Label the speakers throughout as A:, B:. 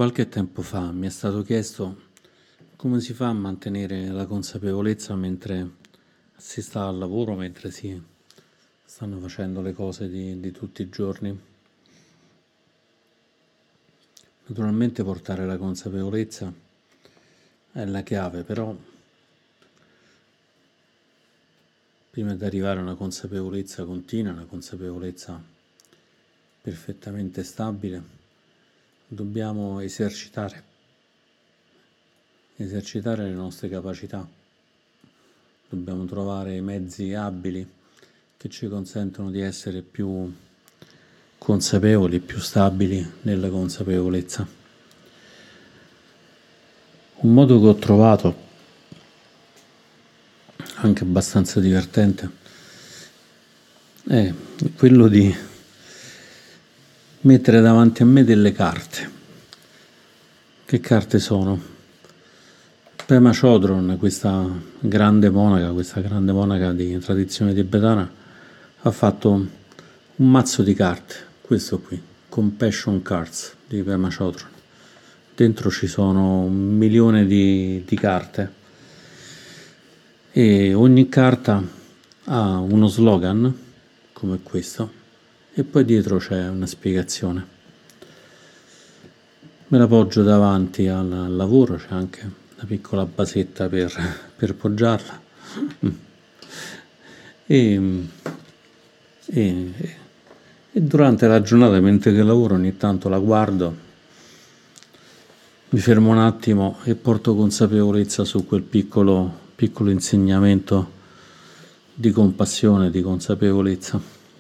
A: Qualche tempo fa mi è stato chiesto come si fa a mantenere la consapevolezza mentre si sta al lavoro, mentre si stanno facendo le cose di tutti i giorni. Naturalmente portare la consapevolezza è la chiave, però prima di arrivare a una consapevolezza continua, una consapevolezza perfettamente stabile, dobbiamo esercitare le nostre capacità. Dobbiamo trovare mezzi abili che ci consentono di essere più consapevoli, più stabili nella consapevolezza. Un modo che ho trovato, anche abbastanza divertente, è quello di mettere davanti a me delle carte. Che carte sono? Pema Chodron, questa grande monaca di tradizione tibetana, ha fatto un mazzo di carte, questo qui, Compassion Cards di Pema Chodron. Dentro ci sono 1 milione di carte e ogni carta ha uno slogan come questo e poi dietro c'è una spiegazione. Me la poggio davanti al lavoro, c'è anche una piccola basetta per poggiarla e durante la giornata, mentre che lavoro, ogni tanto la guardo, mi fermo un attimo e porto consapevolezza su quel piccolo insegnamento di compassione, di consapevolezza.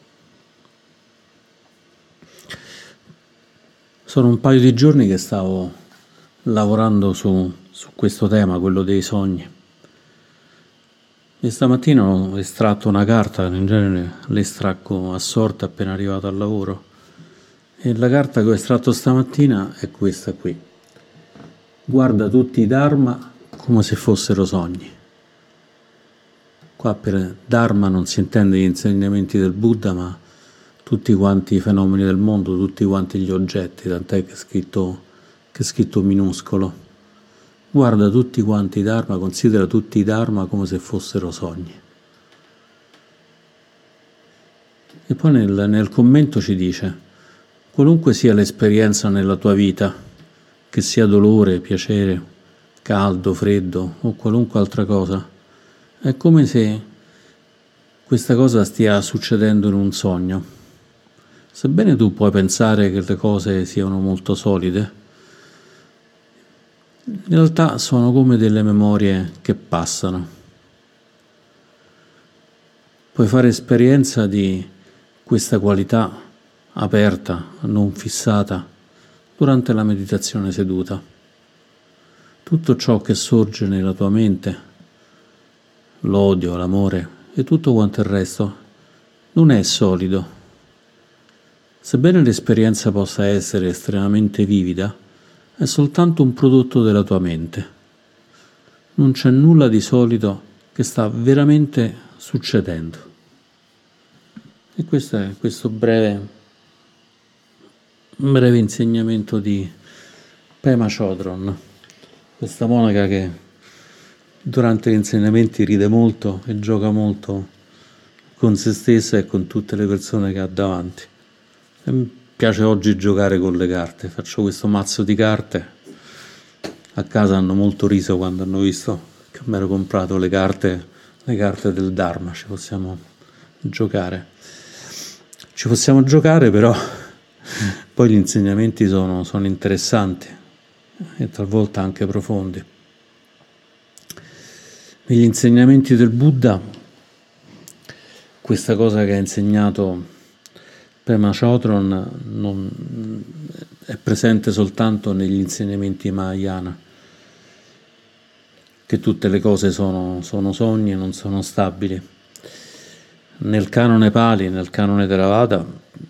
A: Sono un paio di giorni che stavo lavorando su questo tema, quello dei sogni. E stamattina ho estratto una carta, in genere l'estracco a sorte appena arrivato al lavoro. E la carta che ho estratto stamattina è questa qui. Guarda tutti i Dharma come se fossero sogni. Qua per Dharma non si intende gli insegnamenti del Buddha, ma tutti quanti i fenomeni del mondo, tutti quanti gli oggetti, tant'è che è scritto minuscolo. Guarda tutti quanti i Dharma, considera tutti i Dharma come se fossero sogni. E poi nel commento ci dice: qualunque sia l'esperienza nella tua vita, che sia dolore, piacere, caldo, freddo o qualunque altra cosa, è come se questa cosa stia succedendo in un sogno. Sebbene tu puoi pensare che le cose siano molto solide, in realtà sono come delle memorie che passano. Puoi fare esperienza di questa qualità aperta, non fissata, durante la meditazione seduta. Tutto ciò che sorge nella tua mente, l'odio, l'amore e tutto quanto il resto, non è solido. Sebbene l'esperienza possa essere estremamente vivida, è soltanto un prodotto della tua mente. Non c'è nulla di solido che sta veramente succedendo. E questo è questo breve insegnamento di Pema Chodron, questa monaca che durante gli insegnamenti ride molto e gioca molto con se stessa e con tutte le persone che ha davanti. E mi piace oggi giocare con le carte, faccio questo mazzo di carte. A casa hanno molto riso quando hanno visto che mi ero comprato le carte del Dharma. Ci possiamo giocare, però poi gli insegnamenti sono interessanti e talvolta anche profondi. Negli insegnamenti del Buddha, questa cosa che ha insegnato Pema Chodron non è presente soltanto negli insegnamenti Mahayana, che tutte le cose sono sogni e non sono stabili. Nel canone Pali, nel canone Theravada,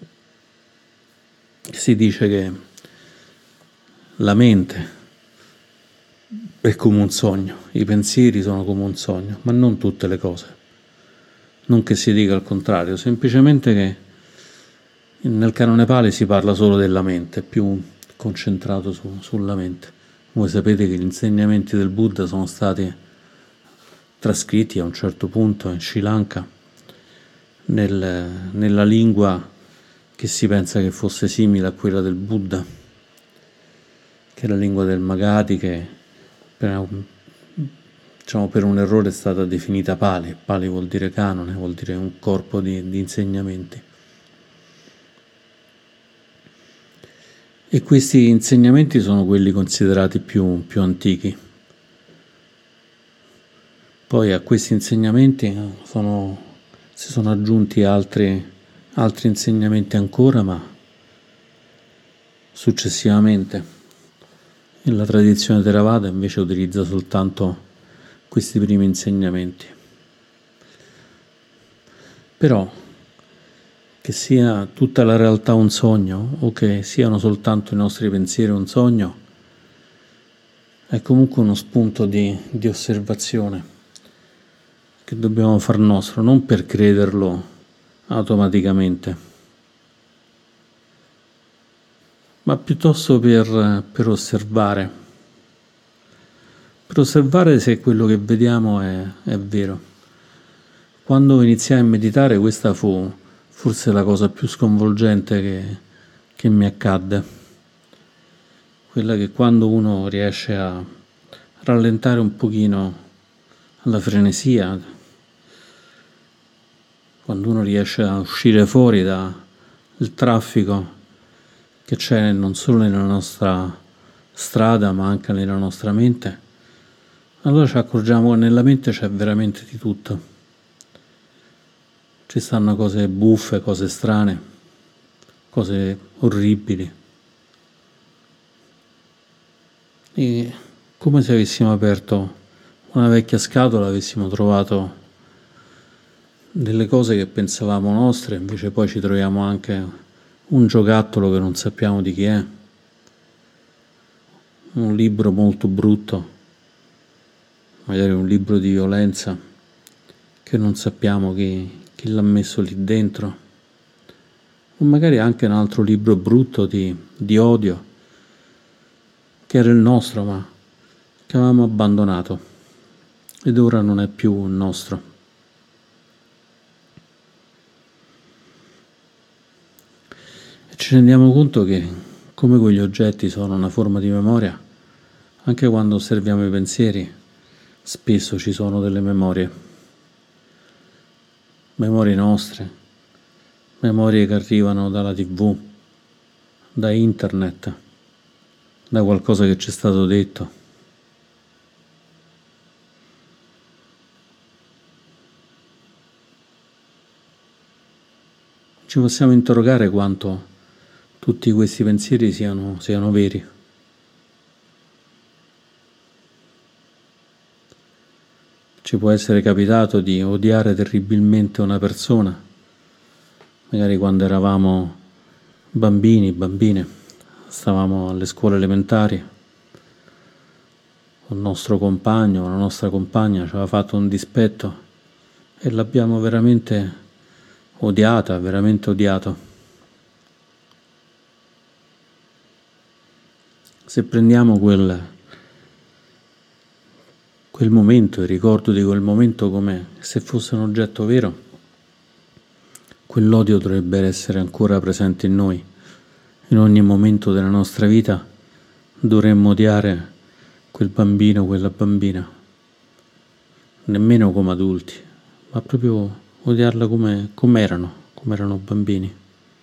A: si dice che la mente è come un sogno, i pensieri sono come un sogno, ma non tutte le cose. Non che si dica il contrario, semplicemente che nel canone Pali si parla solo della mente, più concentrato sulla mente. Voi sapete che gli insegnamenti del Buddha sono stati trascritti a un certo punto in Sri Lanka nella lingua che si pensa che fosse simile a quella del Buddha, che è la lingua del Magadhi, che per un errore è stata definita Pali. Pali vuol dire canone, vuol dire un corpo di insegnamenti. E questi insegnamenti sono quelli considerati più antichi. Poi a questi insegnamenti si sono aggiunti altri insegnamenti ancora, ma successivamente. E la tradizione Theravada invece utilizza soltanto questi primi insegnamenti. Però, che sia tutta la realtà un sogno o che siano soltanto i nostri pensieri un sogno, è comunque uno spunto di osservazione che dobbiamo far nostro, non per crederlo automaticamente, ma piuttosto per osservare se quello che vediamo è vero. Quando iniziai a meditare, questa fu forse la cosa più sconvolgente che mi accadde, quella che quando uno riesce a rallentare un pochino la frenesia, quando uno riesce a uscire fuori dal traffico che c'è non solo nella nostra strada ma anche nella nostra mente, allora ci accorgiamo che nella mente c'è veramente di tutto. Ci stanno cose buffe, cose strane, cose orribili. E come se avessimo aperto una vecchia scatola, avessimo trovato delle cose che pensavamo nostre, invece poi ci troviamo anche un giocattolo che non sappiamo di chi è, un libro molto brutto, magari un libro di violenza che non sappiamo chi l'ha messo lì dentro, o magari anche un altro libro brutto di odio che era il nostro ma che avevamo abbandonato ed ora non è più nostro. E ci rendiamo conto che come quegli oggetti sono una forma di memoria, anche quando osserviamo i pensieri spesso ci sono delle memorie nostre, memorie che arrivano dalla TV, da internet, da qualcosa che ci è stato detto. Ci possiamo interrogare quanto tutti questi pensieri siano veri. Ci può essere capitato di odiare terribilmente una persona, magari quando eravamo bambine, stavamo alle scuole elementari, un nostro compagno o una nostra compagna ci aveva fatto un dispetto e l'abbiamo veramente odiata, veramente odiato. Se prendiamo quel momento, il ricordo di quel momento come se fosse un oggetto vero, quell'odio dovrebbe essere ancora presente in noi. In ogni momento della nostra vita dovremmo odiare quel bambino, quella bambina, nemmeno come adulti, ma proprio odiarla come erano bambini.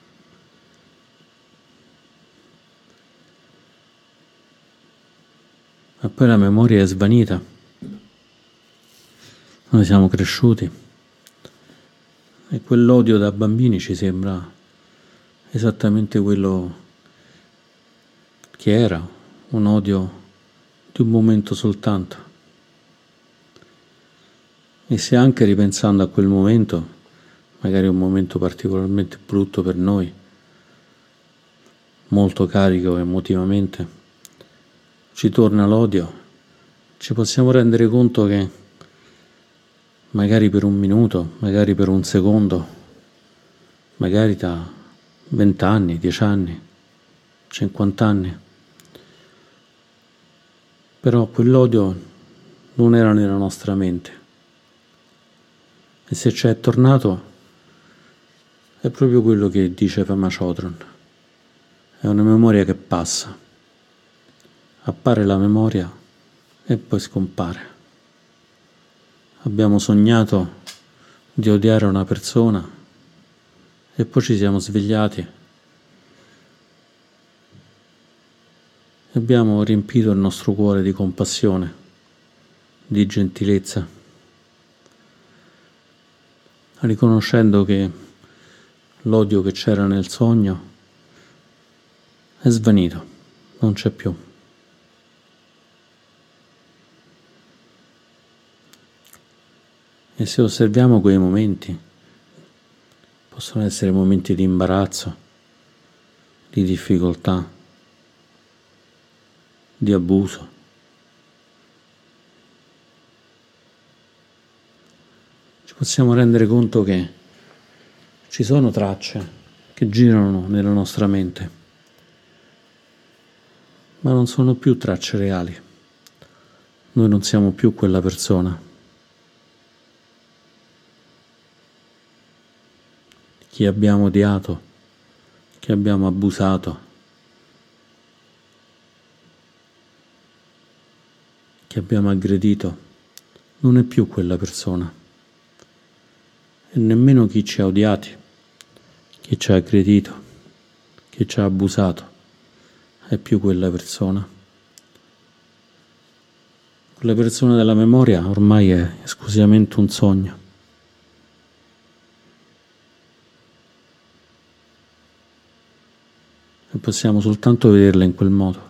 A: Ma poi la memoria è svanita. Noi siamo cresciuti e quell'odio da bambini ci sembra esattamente quello che era, un odio di un momento soltanto. E se anche ripensando a quel momento, magari un momento particolarmente brutto per noi, molto carico emotivamente, ci torna l'odio, ci possiamo rendere conto che magari per un minuto, magari per un secondo, magari da 20 anni, 10 anni, 50 anni, Però quell'odio non era nella nostra mente. E se c'è tornato è proprio quello che dice Pema Chodron. È una memoria che passa. Appare la memoria e poi scompare. Abbiamo sognato di odiare una persona e poi ci siamo svegliati e abbiamo riempito il nostro cuore di compassione, di gentilezza, riconoscendo che l'odio che c'era nel sogno è svanito, non c'è più. E se osserviamo quei momenti, possono essere momenti di imbarazzo, di difficoltà, di abuso. Ci possiamo rendere conto che ci sono tracce che girano nella nostra mente, ma non sono più tracce reali. Noi non siamo più quella persona. Chi abbiamo odiato, chi abbiamo abusato, chi abbiamo aggredito, non è più quella persona. E nemmeno chi ci ha odiati, chi ci ha aggredito, chi ci ha abusato, è più quella persona. Quella persona della memoria ormai è esclusivamente un sogno. E possiamo soltanto vederla in quel modo.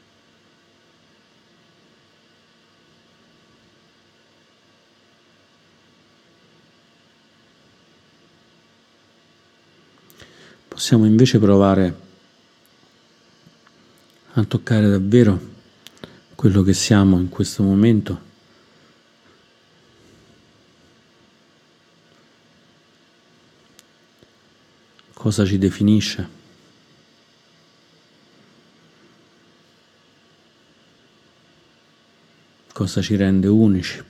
A: Possiamo invece provare a toccare davvero quello che siamo in questo momento, cosa ci definisce, cosa ci rende unici.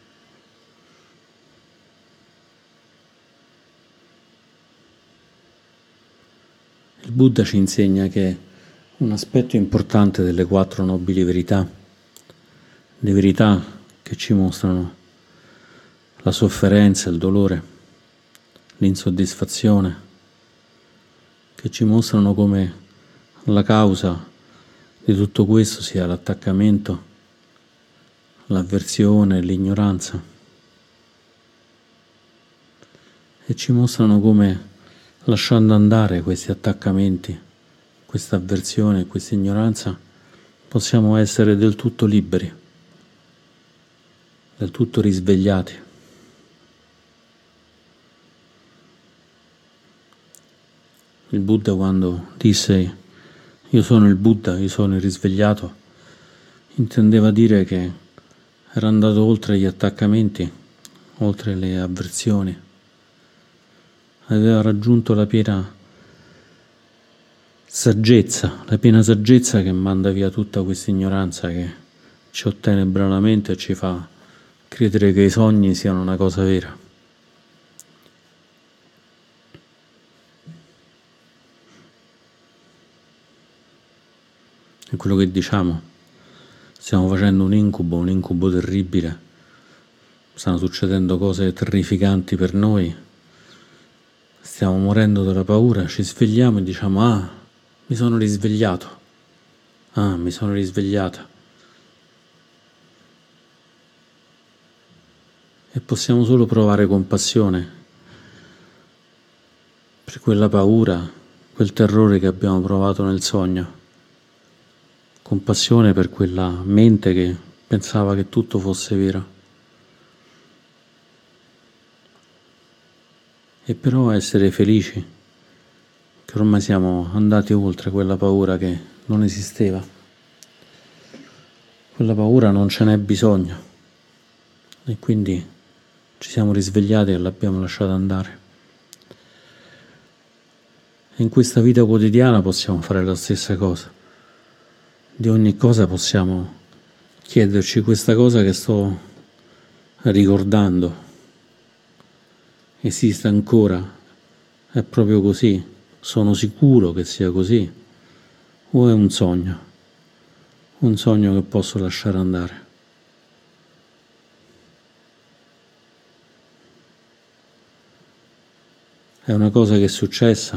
A: Il Buddha ci insegna che un aspetto importante delle 4 nobili verità, le verità che ci mostrano la sofferenza, il dolore, l'insoddisfazione, che ci mostrano come la causa di tutto questo sia l'attaccamento, l'avversione, l'ignoranza, e ci mostrano come, lasciando andare questi attaccamenti, questa avversione, questa ignoranza, possiamo essere del tutto liberi, del tutto risvegliati. Il Buddha, quando disse io sono il Buddha, io sono il risvegliato, intendeva dire che era andato oltre gli attaccamenti, oltre le avversioni, aveva raggiunto la piena saggezza, che manda via tutta questa ignoranza che ci ottenebra la mente e ci fa credere che i sogni siano una cosa vera. È quello che diciamo, stiamo facendo un incubo terribile, stanno succedendo cose terrificanti per noi, stiamo morendo dalla paura, ci svegliamo e diciamo mi sono risvegliato, mi sono risvegliata. E possiamo solo provare compassione per quella paura, quel terrore che abbiamo provato nel sogno. Compassione per quella mente che pensava che tutto fosse vero. E però essere felici che ormai siamo andati oltre quella paura che non esisteva. Quella paura non ce n'è bisogno. E quindi ci siamo risvegliati e l'abbiamo lasciata andare. E in questa vita quotidiana possiamo fare la stessa cosa. Di ogni cosa possiamo chiederci questa cosa che sto ricordando esiste ancora, è proprio così, sono sicuro che sia così, o è un sogno che posso lasciare andare. È una cosa che è successa,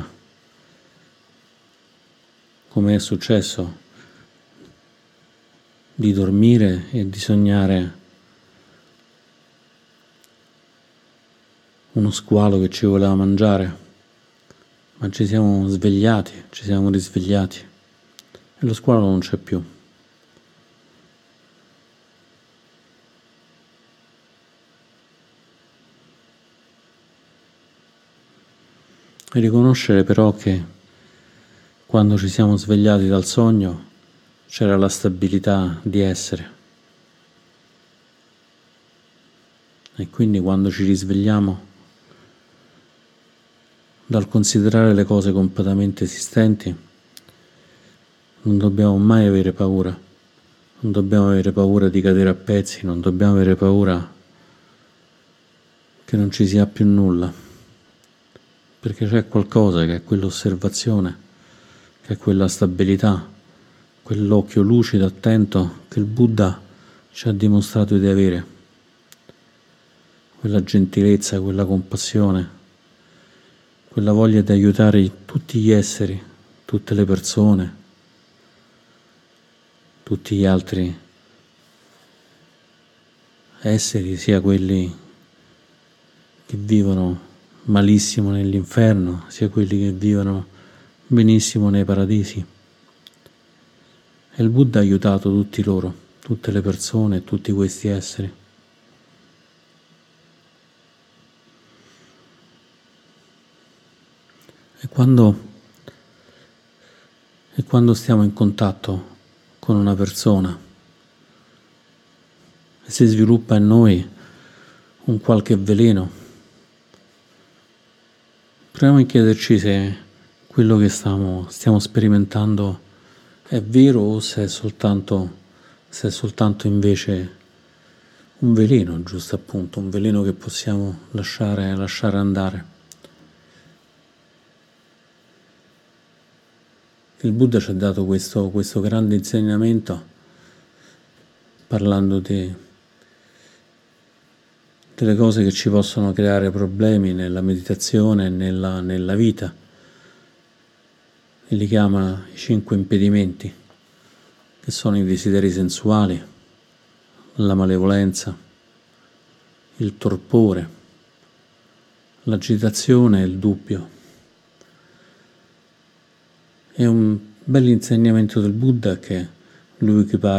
A: come è successo di dormire e di sognare uno squalo che ci voleva mangiare, ma ci siamo svegliati, ci siamo risvegliati e lo squalo non c'è più. E riconoscere però che quando ci siamo svegliati dal sogno c'era la stabilità di essere. E quindi quando ci risvegliamo dal considerare le cose completamente esistenti, non dobbiamo mai avere paura, non dobbiamo avere paura di cadere a pezzi, non dobbiamo avere paura che non ci sia più nulla, perché c'è qualcosa che è quell'osservazione, che è quella stabilità, quell'occhio lucido, attento che il Buddha ci ha dimostrato di avere, quella gentilezza, quella compassione, quella voglia di aiutare tutti gli esseri, tutte le persone, tutti gli altri esseri, sia quelli che vivono malissimo nell'inferno, sia quelli che vivono benissimo nei paradisi. E il Buddha ha aiutato tutti loro, tutte le persone, tutti questi esseri. E quando stiamo in contatto con una persona e si sviluppa in noi un qualche veleno, proviamo a chiederci se quello che stiamo sperimentando è vero o se è soltanto invece un veleno, giusto appunto, un veleno che possiamo lasciare andare. Il Buddha ci ha dato questo grande insegnamento parlando delle cose che ci possono creare problemi nella meditazione e nella vita, e li chiama i 5 impedimenti, che sono i desideri sensuali, la malevolenza, il torpore, l'agitazione e il dubbio. È un bell'insegnamento del Buddha che lui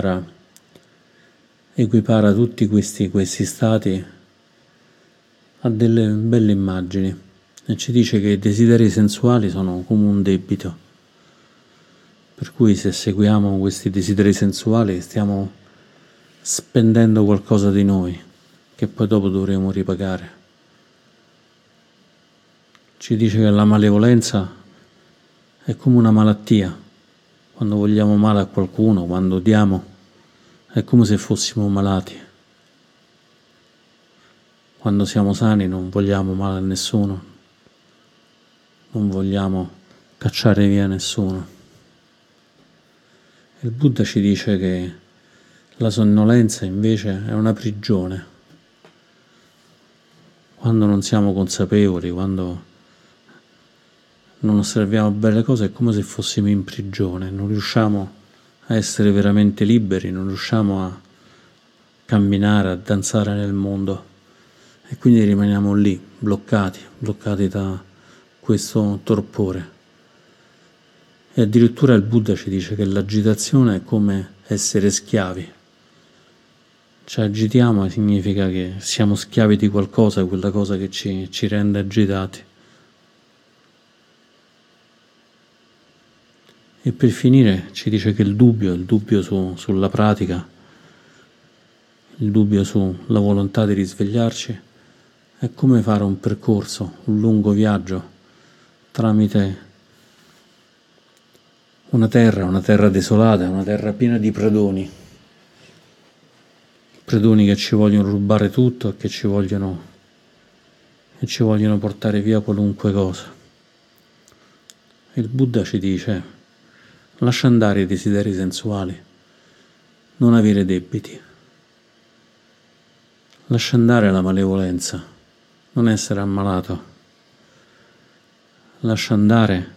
A: equipara tutti questi stati a delle belle immagini e ci dice che i desideri sensuali sono come un debito, per cui se seguiamo questi desideri sensuali stiamo spendendo qualcosa di noi che poi dopo dovremo ripagare. Ci dice che la malevolenza è come una malattia, quando vogliamo male a qualcuno, quando odiamo, è come se fossimo malati. Quando siamo sani non vogliamo male a nessuno, non vogliamo cacciare via nessuno. Il Buddha ci dice che la sonnolenza invece è una prigione. Quando non siamo consapevoli, quando non osserviamo bene le cose, è come se fossimo in prigione, non riusciamo a essere veramente liberi, non riusciamo a camminare, a danzare nel mondo e quindi rimaniamo lì, bloccati da questo torpore. E addirittura il Buddha ci dice che l'agitazione è come essere schiavi. Ci agitiamo significa che siamo schiavi di qualcosa, quella cosa che ci rende agitati. E per finire ci dice che il dubbio sulla pratica, il dubbio sulla volontà di risvegliarci, è come fare un percorso, un lungo viaggio tramite una terra desolata, una terra piena di predoni, predoni che ci vogliono rubare tutto e che ci vogliono portare via qualunque cosa. E il Buddha ci dice: lascia andare i desideri sensuali, non avere debiti. Lascia andare la malevolenza, non essere ammalato. Lascia andare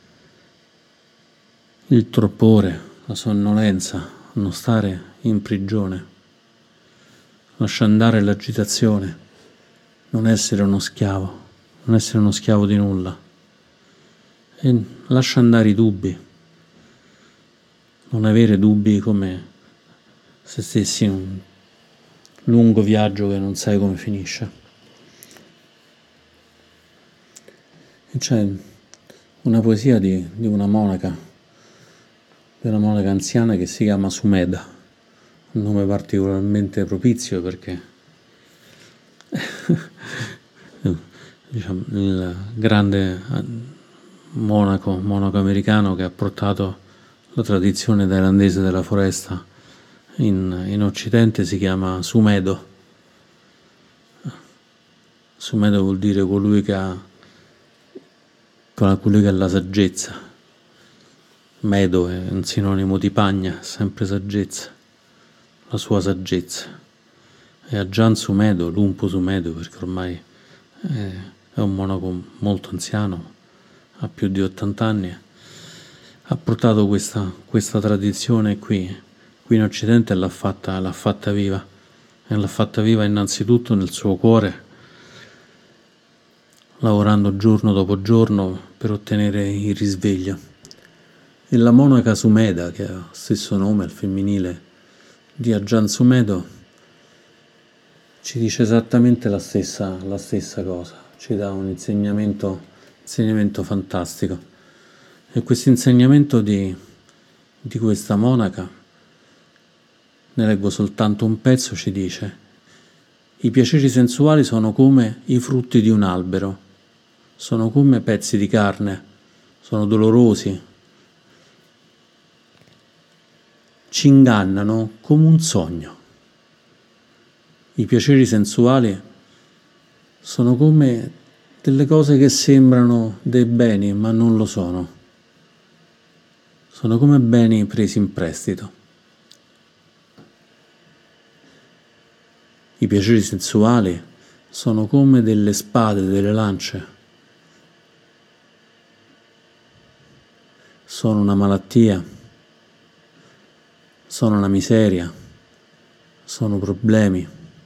A: il torpore, la sonnolenza, non stare in prigione. Lascia andare l'agitazione, non essere uno schiavo di nulla. E lascia andare i dubbi, non avere dubbi come se stessi in un lungo viaggio che non sai come finisce. E c'è una poesia di una monaca anziana che si chiama Sumedha, un nome particolarmente propizio perché diciamo, il grande monaco americano che ha portato la tradizione thailandese della foresta in Occidente si chiama Sumedo. Sumedo vuol dire colui che ha la saggezza. Medo è un sinonimo di pagna, sempre saggezza, la sua saggezza. E Ajahn Sumedho, Lumpo Sumedho, perché ormai è un monaco molto anziano, ha più di 80 anni, ha portato questa tradizione qui in Occidente e l'ha fatta viva. E l'ha fatta viva innanzitutto nel suo cuore, lavorando giorno dopo giorno per ottenere il risveglio. E la monaca Sumedha, che ha lo stesso nome al femminile di Ajahn Sumedho, ci dice esattamente la stessa cosa, ci dà un insegnamento fantastico. E questo insegnamento di questa monaca, ne leggo soltanto un pezzo, ci dice: i piaceri sensuali sono come i frutti di un albero, sono come pezzi di carne, sono dolorosi, ci ingannano come un sogno. I piaceri sensuali sono come delle cose che sembrano dei beni, ma non lo sono. Sono come beni presi in prestito. I piaceri sensuali sono come delle spade, delle lance. Sono una malattia, sono una miseria, sono problemi.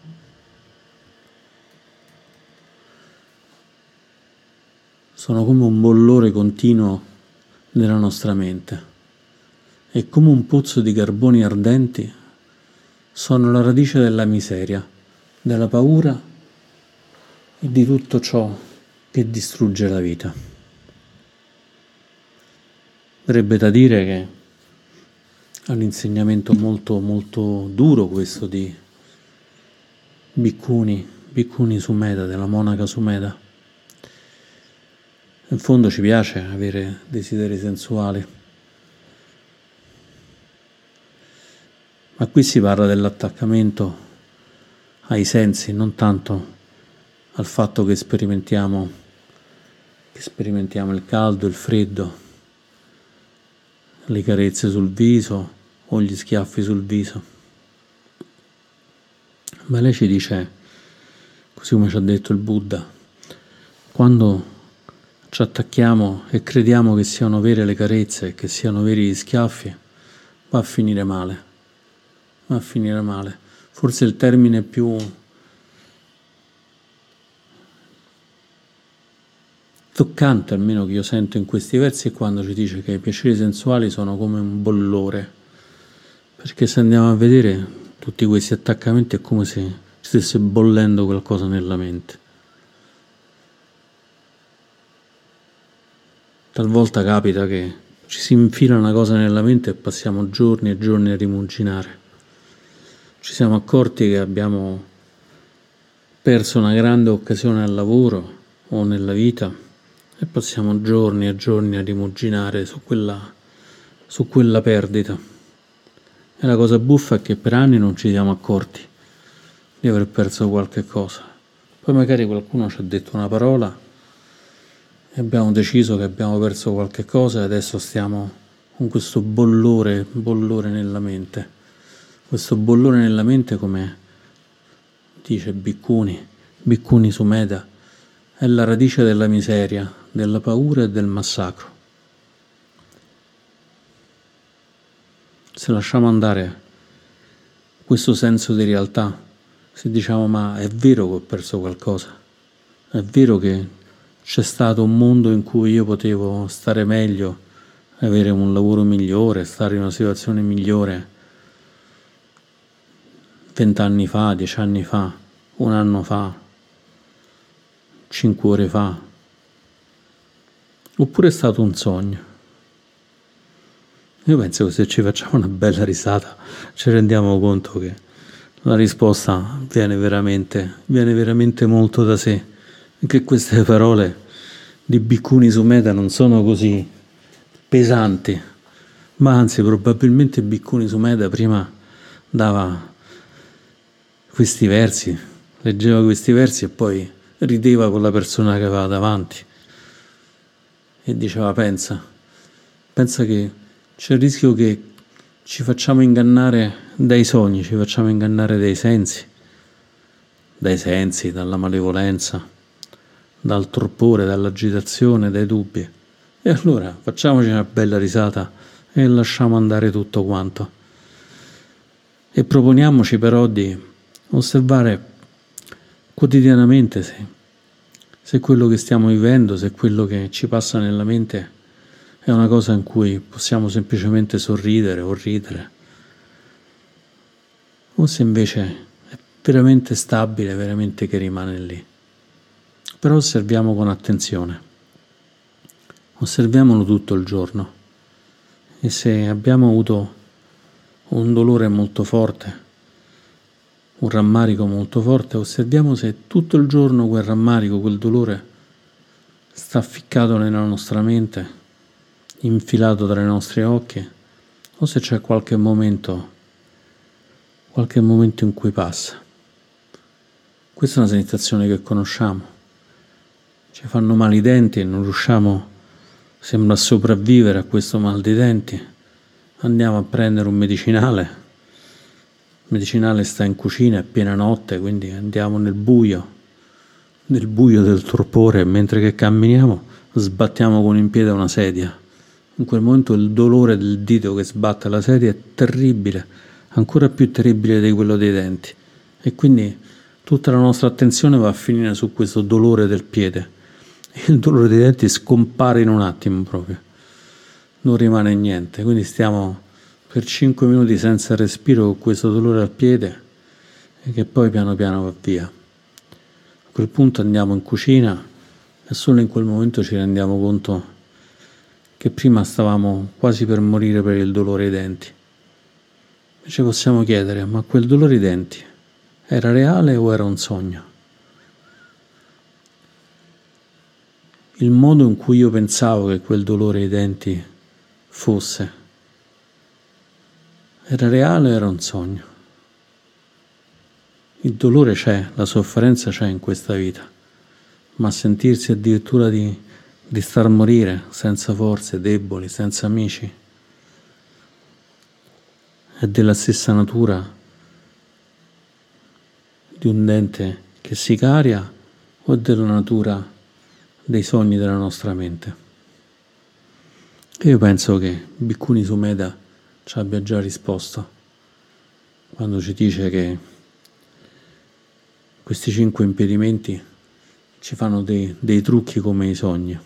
A: Sono come un bollore continuo nella nostra mente. E come un pozzo di carboni ardenti sono la radice della miseria, della paura e di tutto ciò che distrugge la vita. Verrebbe da dire che è un insegnamento molto molto duro questo di Bhikkhuni Sumedha, della monaca Sumedha. In fondo ci piace avere desideri sensuali, ma qui si parla dell'attaccamento ai sensi, non tanto al fatto che sperimentiamo il caldo, il freddo, le carezze sul viso o gli schiaffi sul viso. Ma lei ci dice, così come ci ha detto il Buddha, quando ci attacchiamo e crediamo che siano vere le carezze e che siano veri gli schiaffi, va a finire male. Forse il termine più toccante, almeno che io sento in questi versi, è quando ci dice che i piaceri sensuali sono come un bollore, perché se andiamo a vedere tutti questi attaccamenti è come se ci stesse bollendo qualcosa nella mente. Talvolta capita che ci si infila una cosa nella mente e passiamo giorni e giorni a rimuginare. Ci siamo accorti che abbiamo perso una grande occasione al lavoro o nella vita e passiamo giorni e giorni a rimuginare su quella perdita. E la cosa buffa è che per anni non ci siamo accorti di aver perso qualche cosa. Poi magari qualcuno ci ha detto una parola e abbiamo deciso che abbiamo perso qualche cosa e adesso stiamo con questo bollore nella mente. Questo bollore nella mente, come dice Bhikkhuni Sumedha, è la radice della miseria, della paura e del massacro. Se lasciamo andare questo senso di realtà, se diciamo ma è vero che ho perso qualcosa, è vero che c'è stato un mondo in cui io potevo stare meglio, avere un lavoro migliore, stare in una situazione migliore 20 anni fa, 10 anni fa, un anno fa, 5 ore fa, oppure è stato un sogno. Io penso che se ci facciamo una bella risata ci rendiamo conto che la risposta viene veramente molto da sé, e che queste parole di Bhikkhuni Sumedha non sono così pesanti, ma anzi probabilmente Bhikkhuni Sumedha prima dava questi versi, leggeva questi versi e poi rideva con la persona che aveva davanti e diceva pensa che c'è il rischio che ci facciamo ingannare dai sogni, ci facciamo ingannare dai sensi, dalla malevolenza, dal torpore, dall'agitazione, dai dubbi. E allora facciamoci una bella risata e lasciamo andare tutto quanto. E proponiamoci però di osservare quotidianamente se quello che stiamo vivendo, se quello che ci passa nella mente è una cosa in cui possiamo semplicemente sorridere o ridere, o se invece è veramente stabile, veramente che rimane lì. Però osserviamo con attenzione, osserviamolo tutto il giorno e se abbiamo avuto un dolore molto forte, un rammarico molto forte, osserviamo se tutto il giorno quel rammarico, quel dolore sta ficcato nella nostra mente, infilato tra i nostri occhi, o se c'è qualche momento in cui passa. Questa è una sensazione che conosciamo. Ci fanno male i denti e non riusciamo, sembra, a sopravvivere a questo mal di denti. Andiamo a prendere un medicinale. Il medicinale sta in cucina, è piena notte, quindi andiamo nel buio del torpore, e mentre che camminiamo sbattiamo con un piede una sedia. In quel momento il dolore del dito che sbatte la sedia è terribile, ancora più terribile di quello dei denti. E quindi tutta la nostra attenzione va a finire su questo dolore del piede. E il dolore dei denti scompare in un attimo proprio. Non rimane niente. Quindi stiamo per 5 minuti senza respiro con questo dolore al piede e che poi piano piano va via. A quel punto andiamo in cucina e solo in quel momento ci rendiamo conto che prima stavamo quasi per morire per il dolore ai denti. E ci possiamo chiedere, ma quel dolore ai denti era reale o era un sogno? Il modo in cui io pensavo che quel dolore ai denti fosse era reale o era un sogno? Il dolore c'è, la sofferenza c'è in questa vita, ma sentirsi addirittura di star morire senza forze, deboli, senza amici, è della stessa natura di un dente che si caria o è della natura dei sogni della nostra mente? E io penso che Bhikkhuni Sumedha ci abbia già risposto quando ci dice che questi 5 impedimenti ci fanno dei trucchi come i sogni.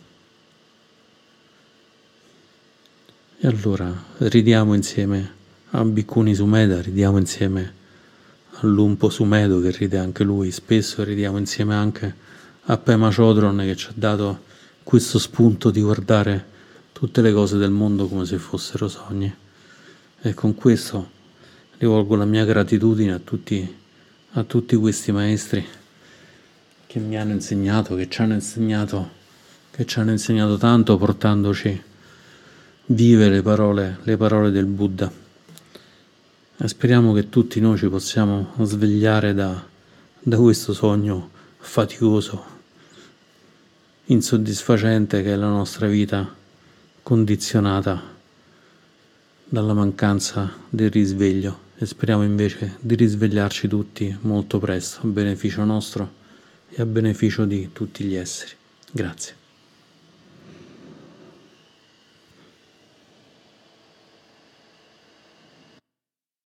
A: E allora ridiamo insieme a Bhikkhuni Sumedha, ridiamo insieme a Lumpo Sumedo che ride anche lui spesso, ridiamo insieme anche a Pema Chodron che ci ha dato questo spunto di guardare tutte le cose del mondo come se fossero sogni. E con questo rivolgo la mia gratitudine a tutti questi maestri che mi hanno insegnato, che ci hanno insegnato tanto, portandoci vive le parole del Buddha. E speriamo che tutti noi ci possiamo svegliare da da questo sogno faticoso, insoddisfacente che è la nostra vita, condizionata dalla mancanza del risveglio, e speriamo invece di risvegliarci tutti molto presto, a beneficio nostro e a beneficio di tutti gli esseri. Grazie.